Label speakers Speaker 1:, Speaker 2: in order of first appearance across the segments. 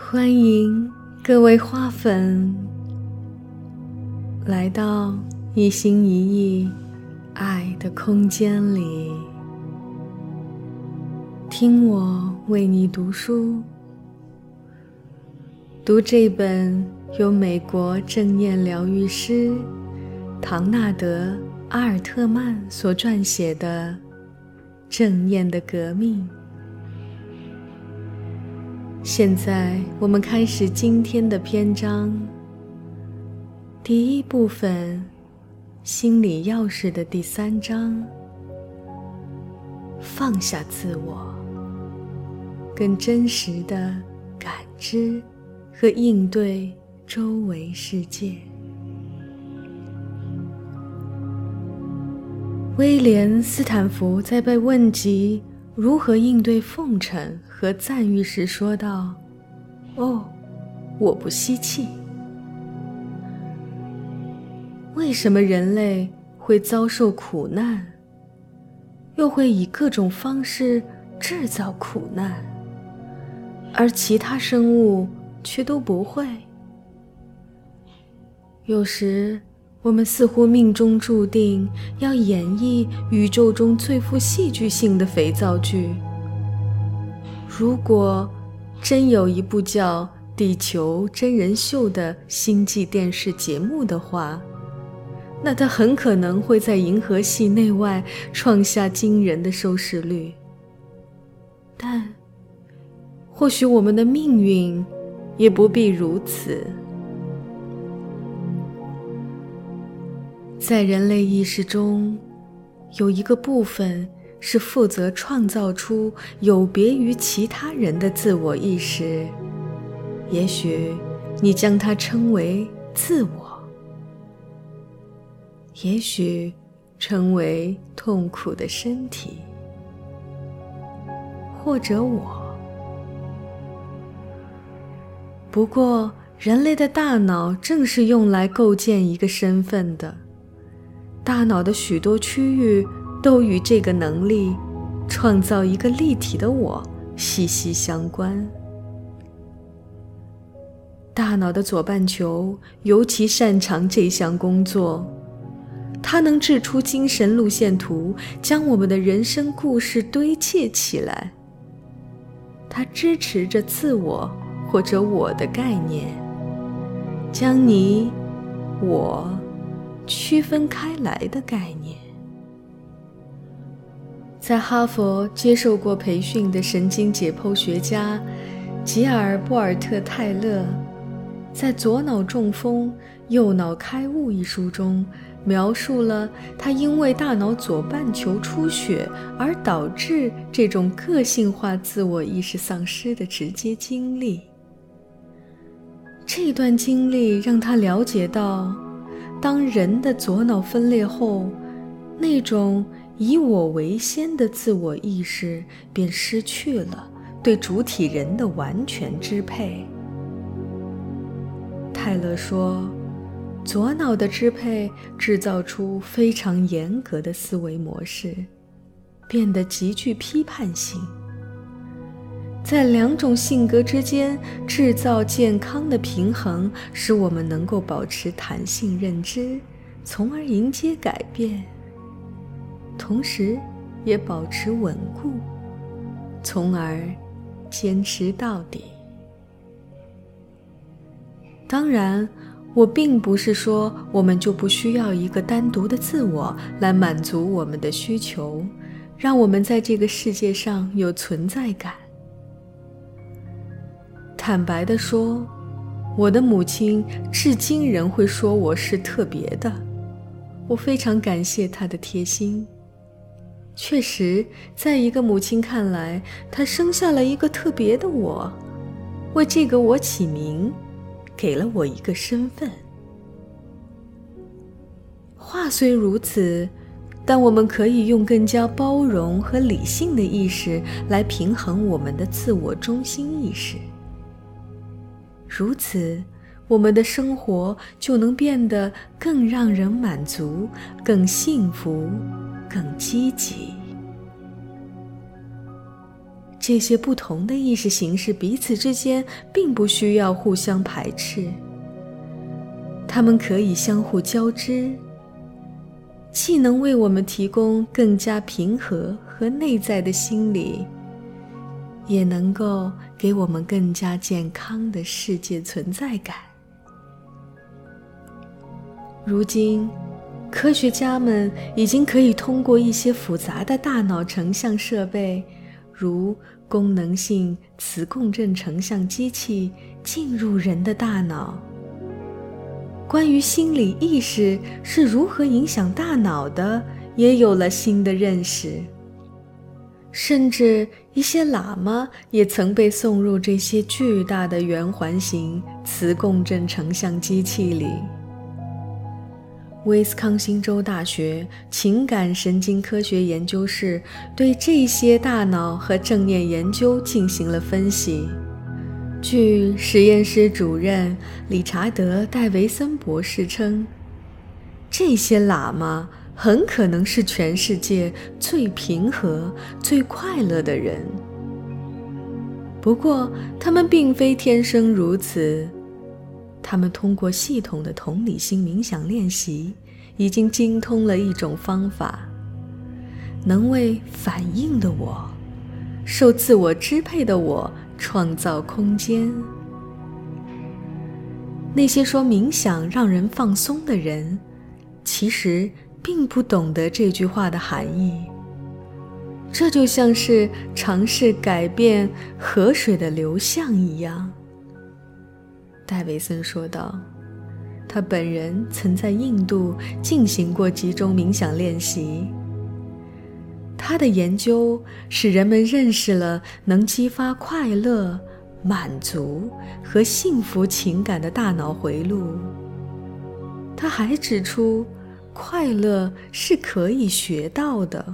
Speaker 1: 欢迎各位花粉来到一心一意爱的空间里，听我为你读书，读这本由美国正念疗愈师唐纳德·阿尔特曼所撰写的《正念的革命》。现在我们开始今天的篇章，第一部分，心理钥匙的第3章，放下自我，更真实的感知和应对周围世界。威廉·斯坦福在被问及如何应对奉承和赞誉时说道：“哦，我不吸气。”为什么人类会遭受苦难，又会以各种方式制造苦难，而其他生物却都不会？有时我们似乎命中注定要演绎宇宙中最富戏剧性的肥皂剧。如果真有一部叫《地球真人秀》的星际电视节目的话，那它很可能会在银河系内外创下惊人的收视率。但或许我们的命运也不必如此。在人类意识中，有一个部分是负责创造出有别于其他人的自我意识，也许你将它称为自我，也许称为痛苦的身体，或者我。不过，人类的大脑正是用来构建一个身份的。大脑的许多区域都与这个能力创造一个立体的我息息相关。大脑的左半球尤其擅长这项工作，它能制出精神路线图，将我们的人生故事堆砌起来。它支持着自我或者我的概念，将你、我区分开来的概念。在哈佛接受过培训的神经解剖学家吉尔·波尔特·泰勒在《左脑中风，右脑开悟》一书中描述了他因为大脑左半球出血而导致这种个性化自我意识丧失的直接经历。这段经历让他了解到，当人的左脑分裂后，那种以我为先的自我意识便失去了对主体人的完全支配。泰勒说，左脑的支配制造出非常严格的思维模式，变得极具批判性。在两种性格之间制造健康的平衡，使我们能够保持弹性认知，从而迎接改变，同时也保持稳固，从而坚持到底。当然，我并不是说我们就不需要一个单独的自我来满足我们的需求，让我们在这个世界上有存在感。坦白地说，我的母亲至今仍会说我是特别的，我非常感谢她的贴心。确实，在一个母亲看来，她生下了一个特别的我，为这个我起名，给了我一个身份。话虽如此，但我们可以用更加包容和理性的意识来平衡我们的自我中心意识。如此，我们的生活就能变得更让人满足，更幸福，更积极。 这些不同的意识形式彼此之间并不需要互相排斥，它们可以相互交织，既能为我们提供更加平和和内在的心理，也能够给我们更加健康的世界存在感。如今，科学家们已经可以通过一些复杂的大脑成像设备，如功能性磁共振成像机器，进入人的大脑。关于心理意识是如何影响大脑的，也有了新的认识。甚至一些喇嘛也曾被送入这些巨大的圆环形磁共振成像机器里。威斯康星州大学情感神经科学研究室对这些大脑和正念研究进行了分析。据实验室主任理查德·戴维森博士称，这些喇嘛很可能是全世界最平和、最快乐的人。不过，他们并非天生如此。他们通过系统的同理心冥想练习，已经精通了一种方法，能为反应的我、受自我支配的我创造空间。那些说冥想让人放松的人，其实并不懂得这句话的含义。这就像是尝试改变河水的流向一样。戴维森说道，他本人曾在印度进行过集中冥想练习。他的研究使人们认识了能激发快乐、满足和幸福情感的大脑回路。他还指出，快乐是可以学到的。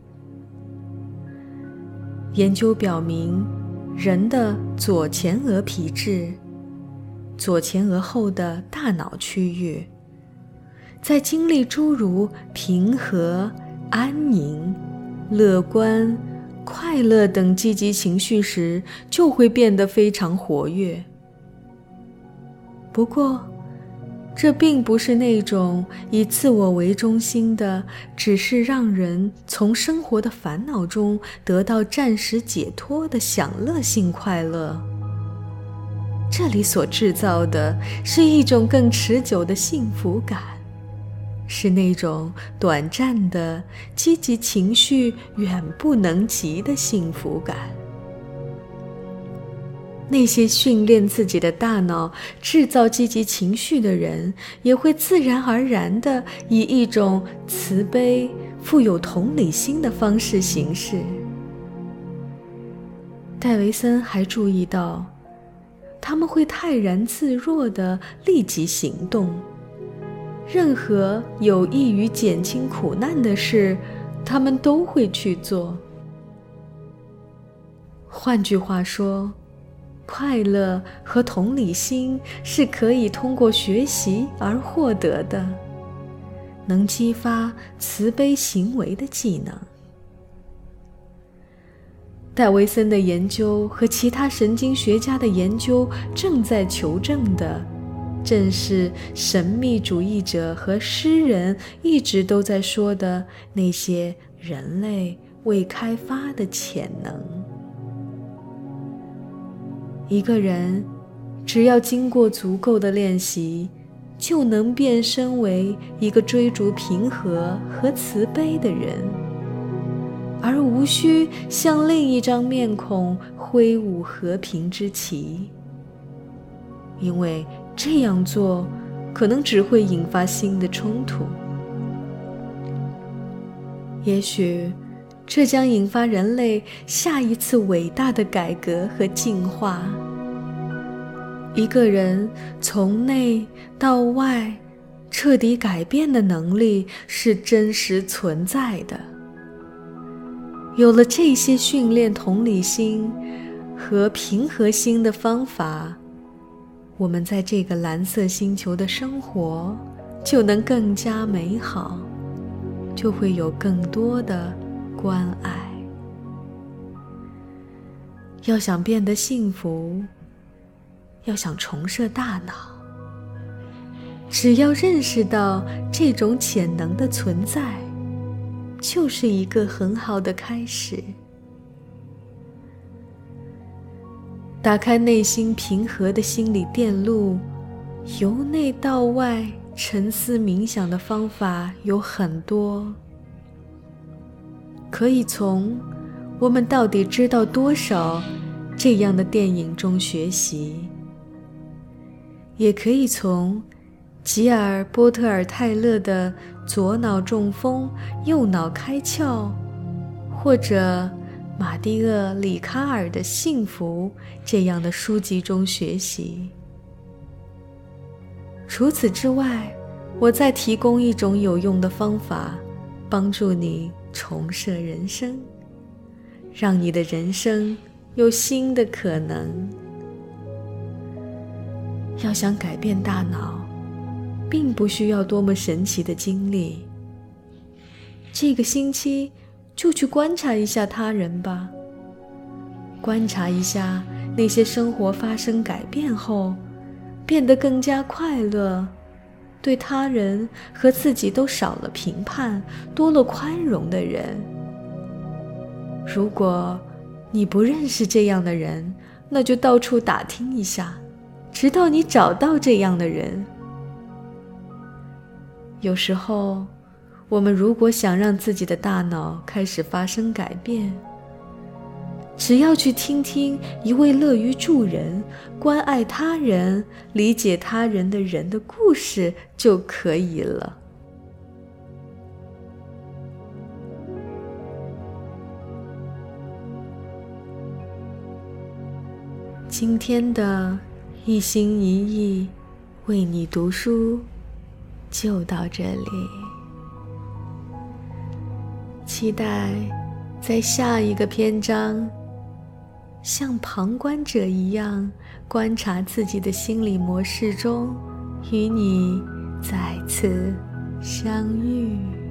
Speaker 1: 研究表明，人的左前额皮质、左前额后的大脑区域，在经历诸如平和、安宁、乐观、快乐等积极情绪时，就会变得非常活跃。不过，这并不是那种以自我为中心的，只是让人从生活的烦恼中得到暂时解脱的享乐性快乐。这里所制造的是一种更持久的幸福感，是那种短暂的积极情绪远不能及的幸福感。那些训练自己的大脑制造积极情绪的人，也会自然而然地以一种慈悲、富有同理心的方式行事。戴维森还注意到，他们会泰然自若地立即行动，任何有益于减轻苦难的事，他们都会去做。换句话说，快乐和同理心是可以通过学习而获得的，能激发慈悲行为的技能。戴维森的研究和其他神经学家的研究正在求证的，正是神秘主义者和诗人一直都在说的那些人类未开发的潜能。一个人只要经过足够的练习，就能变身为一个追逐平和和慈悲的人，而无需向另一张面孔挥舞和平之旗，因为这样做可能只会引发新的冲突。也许这将引发人类下一次伟大的改革和进化。一个人从内到外彻底改变的能力是真实存在的。有了这些训练同理心和平和心的方法，我们在这个蓝色星球的生活就能更加美好，就会有更多的关爱。 要想变得幸福，要想重设大脑，只要认识到这种潜能的存在，就是一个很好的开始。打开内心平和的心理电路，由内到外沉思冥想的方法有很多，可以从我们到底知道多少这样的电影中学习，也可以从吉尔波特尔泰勒的左脑中风右脑开窍，或者马蒂厄里卡尔的幸福这样的书籍中学习。除此之外，我再提供一种有用的方法，帮助你重设人生，让你的人生有新的可能。要想改变大脑，并不需要多么神奇的经历。这个星期就去观察一下他人吧，观察一下那些生活发生改变后变得更加快乐，对他人和自己都少了评判，多了宽容的人。如果你不认识这样的人，那就到处打听一下，直到你找到这样的人。有时候，我们如果想让自己的大脑开始发生改变，只要去听听一位乐于助人、关爱他人、理解他人的人的故事就可以了。今天的一心一意为你读书就到这里，期待在下一个篇章像旁观者一样观察自己的心理模式中，与你再次相遇。